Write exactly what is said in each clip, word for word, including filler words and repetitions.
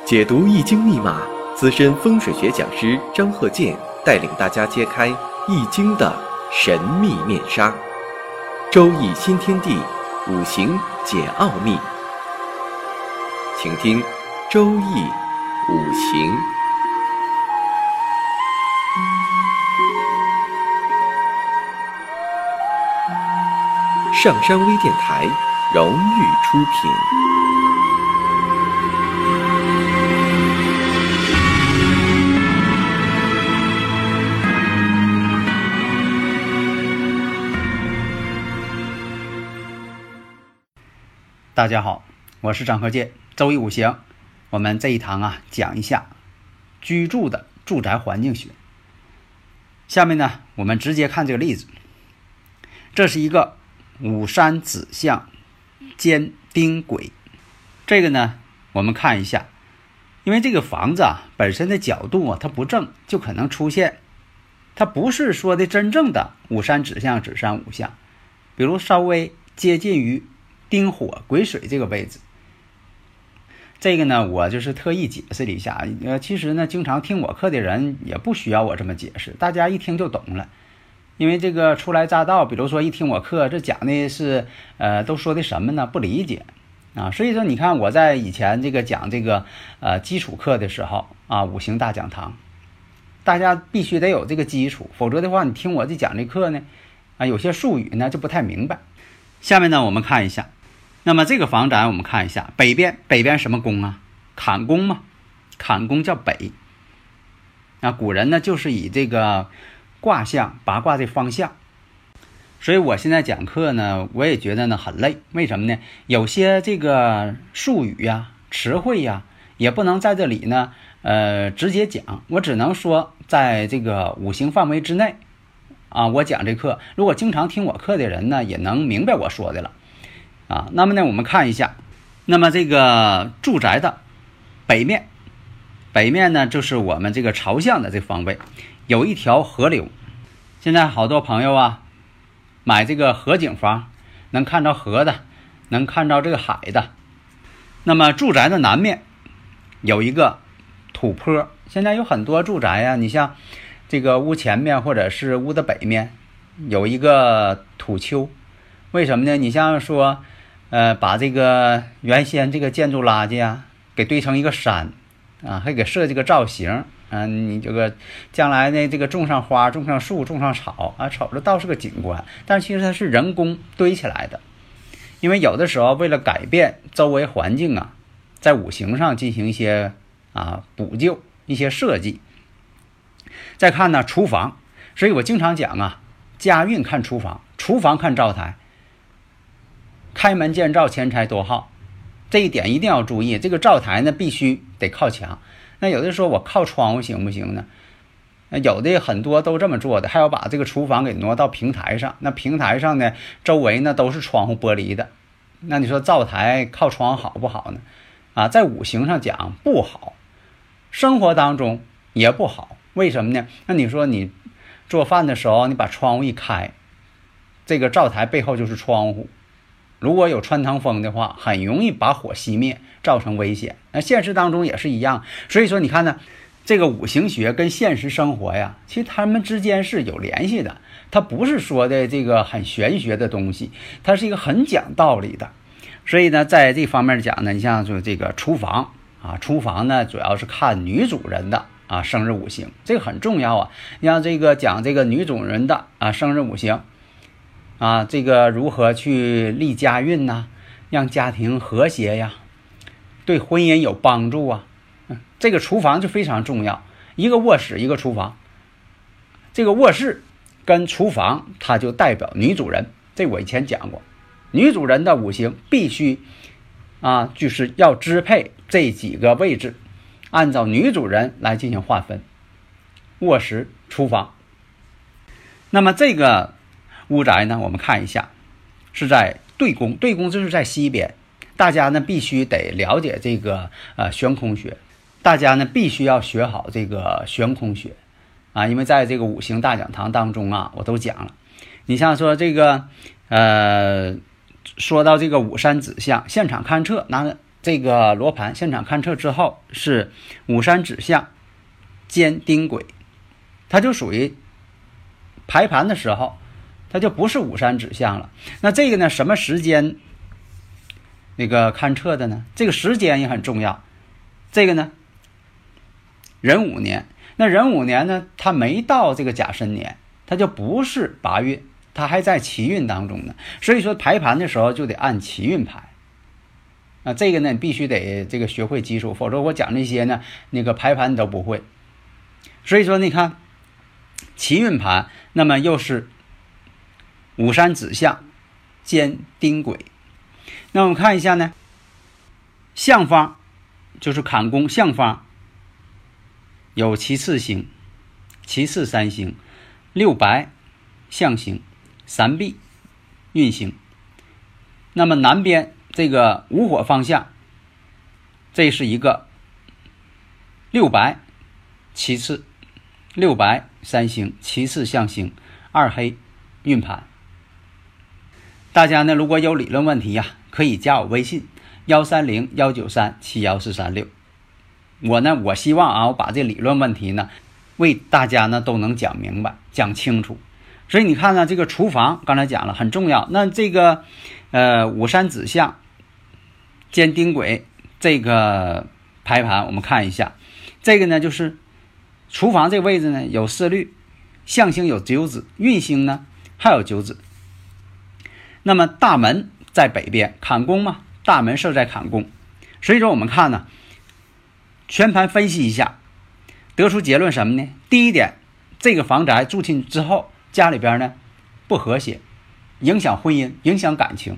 解读易经密码，资深风水学讲师张鹤剑带领大家揭开易经的神秘面纱。周易新天地，五行解奥秘。请听周易五行。上山微电台荣誉出品。 大家好，我是张鹤剑。周易五行，我们这一堂啊讲一下居住的住宅环境学。下面呢，我们直接看这个例子。这是一个午山子向兼丁癸，这个呢，我们看一下，因为这个房子啊本身的角度啊它不正，就可能出现它不是说的真正的午山子向子山午向，比如稍微接近于丁火癸水这个位置。这个呢我就是特意解释了一下，呃，其实呢经常听我课的人也不需要我这么解释，大家一听就懂了。因为这个初来乍到，比如说一听我课，这讲的是呃都说的什么呢？不理解啊。所以说你看我在以前这个讲这个呃基础课的时候啊，五行大讲堂，大家必须得有这个基础，否则的话你听我这讲这课呢啊，有些术语呢就不太明白。下面呢我们看一下，那么这个房宅我们看一下，北边北边什么宫啊？坎宫嘛，坎宫叫北。那古人呢就是以这个卦象八卦的方向，所以我现在讲课呢我也觉得呢很累。为什么呢？有些这个术语呀词汇呀也不能在这里呢呃直接讲，我只能说在这个五行范围之内啊，我讲这课，如果经常听我课的人呢也能明白我说的了啊。那么呢我们看一下，那么这个住宅的北面，北面呢就是我们这个朝向的这个方位，有一条河流。现在好多朋友啊买这个河景房，能看着河的，能看着这个海的。那么住宅的南面有一个土坡，现在有很多住宅啊，你像这个屋前面或者是屋的北面有一个土丘。为什么呢？你像说呃把这个原先这个建筑垃圾啊给堆成一个山啊，还给设计个造型啊，你这个将来呢这个种上花种上树种上草啊，瞅着倒是个景观，但其实它是人工堆起来的。因为有的时候为了改变周围环境啊，在五行上进行一些啊补救，一些设计。再看呢厨房，所以我经常讲啊，家运看厨房，厨房看灶台，开门见灶钱财多好，这一点一定要注意。这个灶台呢必须得靠墙，那有的说我靠窗户行不行呢？有的很多都这么做的，还要把这个厨房给挪到平台上，那平台上呢周围呢都是窗户玻璃的，那你说灶台靠窗好不好呢？啊，在五行上讲不好，生活当中也不好。为什么呢？那你说你做饭的时候你把窗户一开，这个灶台背后就是窗户，如果有穿堂风的话，很容易把火熄灭，造成危险。那现实当中也是一样。所以说你看呢，这个五行学跟现实生活呀，其实他们之间是有联系的，它不是说的这个很玄学的东西，它是一个很讲道理的。所以呢在这方面讲呢，你像说这个厨房啊，厨房呢主要是看女主人的啊生日五行，这个很重要啊。你像这个讲这个女主人的啊生日五行啊，这个如何去立家运呐、啊，让家庭和谐呀，对婚姻有帮助啊。嗯，这个厨房就非常重要，一个卧室一个厨房，这个卧室跟厨房它就代表女主人，这我以前讲过，女主人的五行必须啊就是要支配这几个位置，按照女主人来进行划分，卧室厨房。那么这个屋宅呢我们看一下是在对宫，对宫就是在西边。大家呢必须得了解这个呃悬空学，大家呢必须要学好这个悬空学啊，因为在这个五行大讲堂当中啊我都讲了。你像说这个呃说到这个午山子向，现场勘测拿这个罗盘现场勘测之后是午山子相兼丁癸，它就属于排盘的时候它就不是午山子相了。那这个呢，什么时间那个勘测的呢？这个时间也很重要。这个呢壬午年，那壬午年呢它没到这个甲申年，它就不是八运，它还在奇运当中呢。所以说排盘的时候就得按奇运排啊，这个呢你必须得这个学会基础，否则我讲这些呢那个排盘你都不会。所以说你看奇运盘，那么又是午山子相兼丁癸。那我们看一下呢，相方就是坎宫相方有其次星、其次三星、六白象星、三碧运星。那么南边这个午火方向，这是一个六白其次、六白三星、其次象星、二黑运盘。大家呢如果有理论问题呀、啊，可以加我微信幺三零幺九三七幺四三六。我呢我希望啊我把这理论问题呢为大家呢都能讲明白讲清楚。所以你看呢这个厨房刚才讲了很重要。那这个呃午山子相兼丁癸这个排盘我们看一下，这个呢就是厨房这个位置呢有四律，象星有九子，运星呢还有九子。那么大门在北边，坎宫嘛，大门设在坎宫。所以说我们看呢全盘分析一下，得出结论什么呢？第一点，这个房宅住进之后家里边呢不和谐，影响婚姻，影响感情，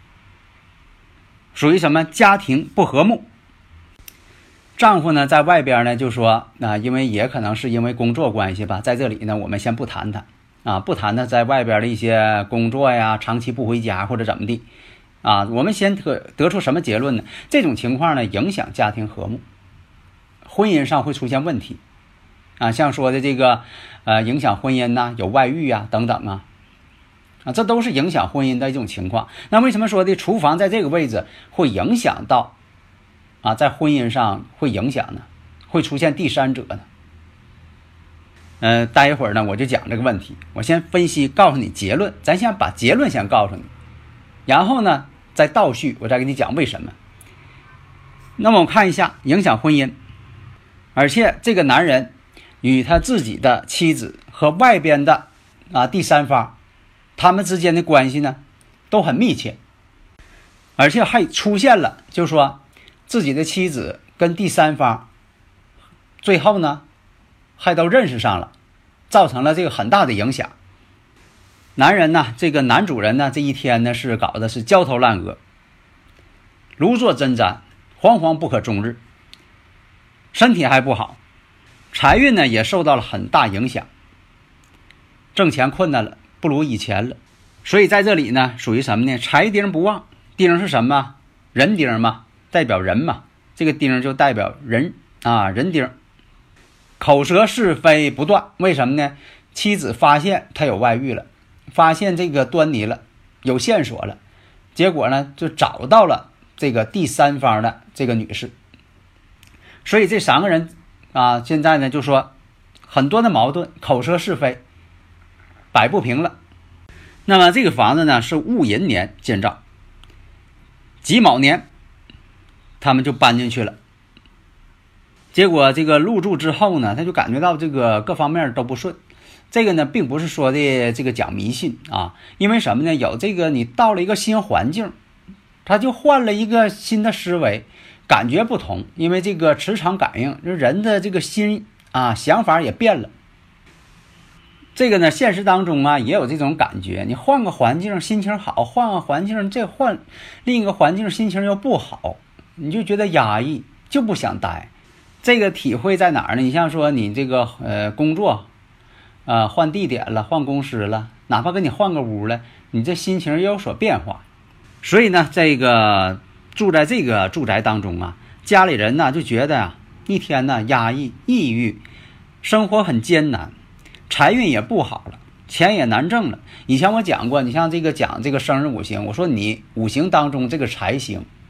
属于什么家庭不和睦。丈夫呢在外边呢就说啊，因为也可能是因为工作关系吧，在这里呢我们先不谈谈啊，不谈他在外边的一些工作呀，长期不回家或者怎么地啊，我们先得得出什么结论呢？这种情况呢影响家庭和睦，婚姻上会出现问题啊，像说的这个呃影响婚姻呐、啊，有外遇啊等等啊，啊这都是影响婚姻的一种情况。那为什么说的厨房在这个位置会影响到啊在婚姻上会影响呢？会出现第三者呢？呃，待一会儿呢我就讲这个问题，我先分析告诉你结论，咱先把结论先告诉你，然后呢再倒叙我再给你讲为什么。那么我看一下影响婚姻，而且这个男人与他自己的妻子和外边的啊第三方，他们之间的关系呢都很密切，而且还出现了就是说自己的妻子跟第三方最后呢还都认识上了，造成了这个很大的影响。男人呢这个男主人呢这一天呢是搞的是焦头烂额，如坐针毡，惶惶不可终日，身体还不好，财运呢也受到了很大影响，挣钱困难了，不如以前了。所以在这里呢属于什么呢？财丁不旺。丁是什么？人丁嘛，代表人嘛，这个丁就代表人啊，人丁。口舌是非不断，为什么呢？妻子发现他有外遇了，发现这个端倪了，有线索了，结果呢就找到了这个第三方的这个女士。所以这三个人啊现在呢就说很多的矛盾，口舌是非摆不平了。那么这个房子呢是戊寅年建造，己卯年他们就搬进去了。结果这个入住之后呢，他就感觉到这个各方面都不顺。这个呢并不是说的这个讲迷信啊，因为什么呢？有这个你到了一个新环境，他就换了一个新的思维，感觉不同。因为这个磁场感应，人的这个心啊想法也变了。这个呢现实当中啊也有这种感觉，你换个环境心情好，换个环境这换另一个环境心情又不好，你就觉得压抑，就不想待。这个体会在哪儿呢？你像说你这个呃工作呃换地点了，换公司了，哪怕给你换个屋了，你这心情也有所变化。所以呢这个住在这个住宅当中啊，家里人呢就觉得啊一天呢压抑抑郁，生活很艰难，财运也不好了，钱也难挣了。以前我讲过，你像这个讲这个生日五行，我说你五行当中这个财星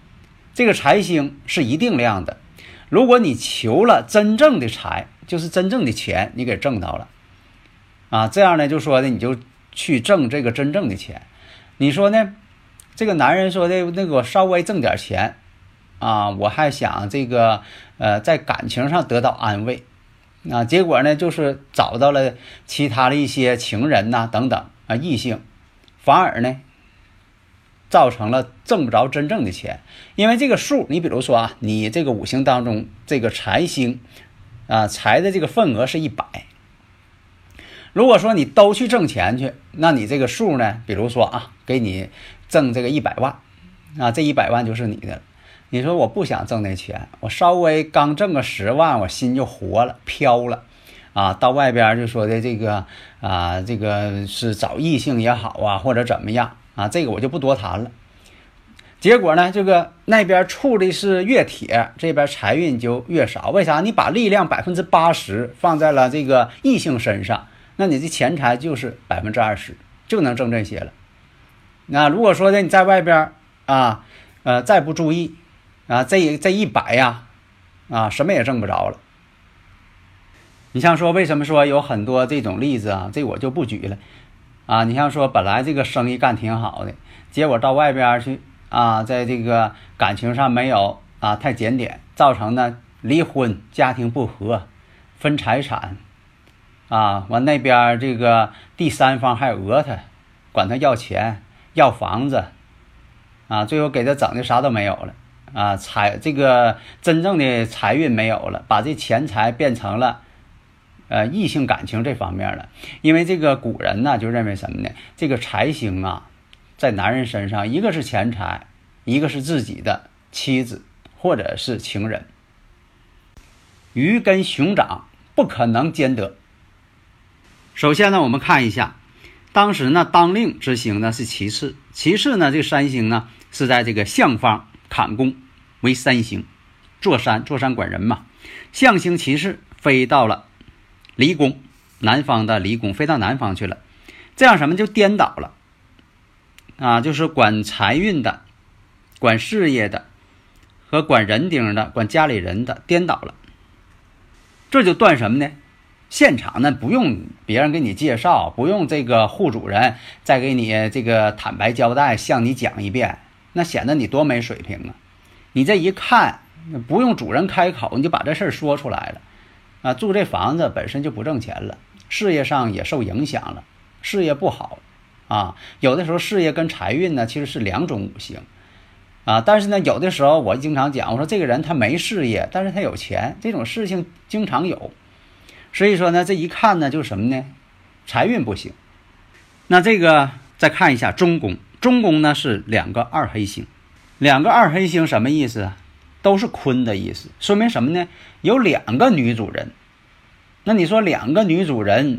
这个财星是一定量的。如果你求了真正的财，就是真正的钱，你给挣到了啊，这样呢就说的你就去挣这个真正的钱。你说呢，这个男人说的那个稍微挣点钱啊，我还想这个呃在感情上得到安慰啊，结果呢就是找到了其他的一些情人呐、啊、等等啊异性，反而呢造成了挣不着真正的钱。因为这个数，你比如说啊，你这个五行当中这个财星啊，财的这个份额是一百，如果说你都去挣钱去，那你这个数呢，比如说啊，给你挣这个一百万啊，这一百万就是你的了。你说我不想挣那钱，我稍微刚挣个十万，我心就活了，飘了啊，到外边就说的这个啊，这个是找异性也好啊，或者怎么样啊，这个我就不多谈了。结果呢，这个那边处的是越铁，这边财运就越少。为啥？你把力量百分之八十放在了这个异性身上，那你的钱财就是百分之二十，就能挣这些了。那如果说的你在外边啊，呃，再不注意啊，这这一百呀，啊，什么也挣不着了。你像说为什么说有很多这种例子啊，这我就不举了啊。你像说本来这个生意干挺好的，结果到外边去啊，在这个感情上没有啊太检点，造成呢离婚、家庭不和、分财产啊，完那边这个第三方还讹他，管他要钱、要房子啊，最后给他整的啥都没有了啊，财这个真正的财运没有了，把这钱财变成了呃异性感情这方面了。因为这个古人呢就认为什么呢？这个财星啊，在男人身上，一个是钱财，一个是自己的妻子或者是情人。鱼跟熊掌不可能兼得。首先呢，我们看一下，当时呢当令之星呢是其次，其次呢这个山星呢是在这个相方坎宫为三星，坐山坐山管人嘛，相星其次飞到了离宫，南方的离宫飞到南方去了，这样什么就颠倒了啊，就是管财运的、管事业的和管人丁的、管家里人的颠倒了。这就断什么呢？现场呢不用别人给你介绍，不用这个户主人再给你这个坦白交代，向你讲一遍，那显得你多没水平啊！你这一看，不用主人开口，你就把这事儿说出来了啊！住这房子本身就不挣钱了，事业上也受影响了，事业不好啊。有的时候事业跟财运呢其实是两种五行啊，但是呢有的时候我经常讲，我说这个人他没事业，但是他有钱，这种事情经常有。所以说呢，这一看呢就是什么呢？财运不行。那这个再看一下中宫，中宫呢是两个二黑星，两个二黑星什么意思啊？都是坤的意思，说明什么呢？有两个女主人。那你说两个女主人，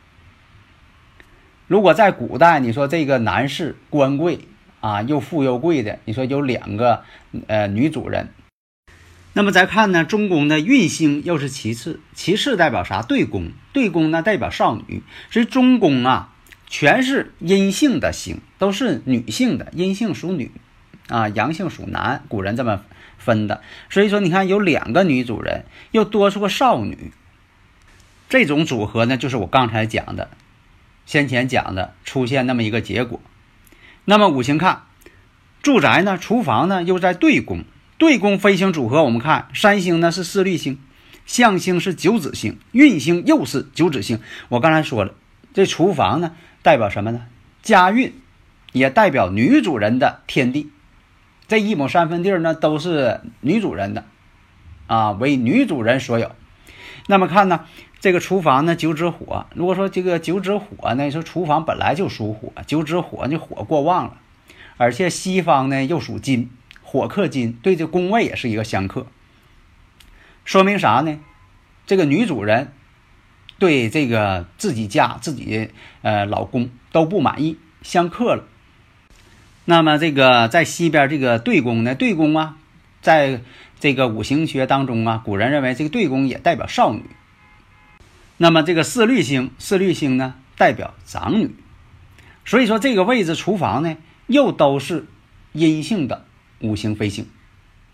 如果在古代，你说这个男士官贵啊，又富又贵的，你说有两个呃女主人。那么再看呢，中宫的运星又是其次，其次代表啥？对宫，对宫呢代表少女，所以中宫啊全是阴性的星，都是女性的，阴性属女啊，阳性属男，古人这么分的。所以说你看有两个女主人，又多出个少女，这种组合呢就是我刚才讲的先前讲的出现那么一个结果。那么五行看住宅呢，厨房呢又在对宫，对宫飞星组合，我们看山星呢是四绿星，相星是九紫星，运星又是九紫星。我刚才说了，这厨房呢代表什么呢？家运，也代表女主人的天地。这一亩三分地呢都是女主人的啊，为女主人所有。那么看呢，这个厨房呢九紫火，如果说这个九紫火呢，说厨房本来就属火，九紫火就火过旺了，而且西方呢又属金，火克金，对这宫位也是一个相克。说明啥呢？这个女主人对这个自己家自己呃老公都不满意，相克了。那么这个在西边这个对宫呢，对宫啊在这个五行学当中啊，古人认为这个对宫也代表少女。那么这个四绿星，四绿星呢代表长女。所以说这个位置厨房呢又都是阴性的五行飞星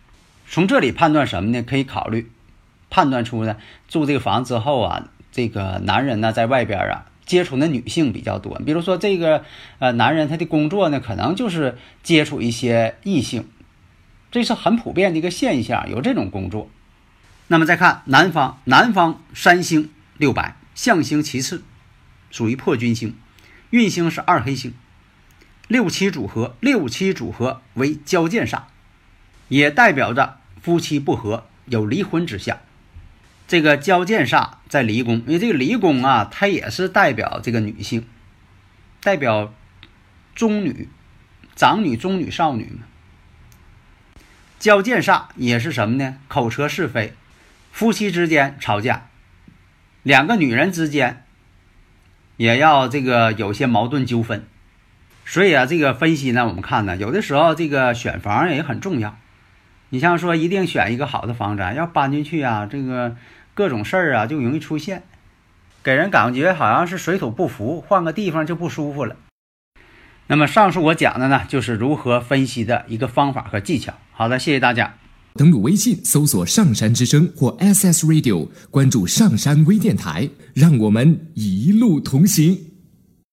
从这里判断什么呢？可以考虑判断出呢，住这个房子之后啊，这个男人呢在外边啊接触的女性比较多。比如说这个呃男人他的工作呢，可能就是接触一些异性，这是很普遍的一个现象，有这种工作。那么再看南方，南方三星六白，象星其次，属于破军星，运星是二黑星，六七组合，六七组合为交剑煞，也代表着夫妻不和，有离婚之象。这个交剑煞在离宫，因为这个离宫啊，它也是代表这个女性，代表中女、长女、中女、少女嘛。交剑煞也是什么呢？口舌是非，夫妻之间吵架，两个女人之间也要这个有些矛盾纠纷。所以啊，这个分析呢，我们看呢，有的时候这个选房也很重要。你像说一定选一个好的房子，要搬进去啊，这个各种事儿啊就容易出现，给人感觉好像是水土不服，换个地方就不舒服了。那么上述我讲的呢，就是如何分析的一个方法和技巧。好的，谢谢大家。 登录微信搜索上山之声或 S S Radio， 关注上山微电台，让我们一路同行。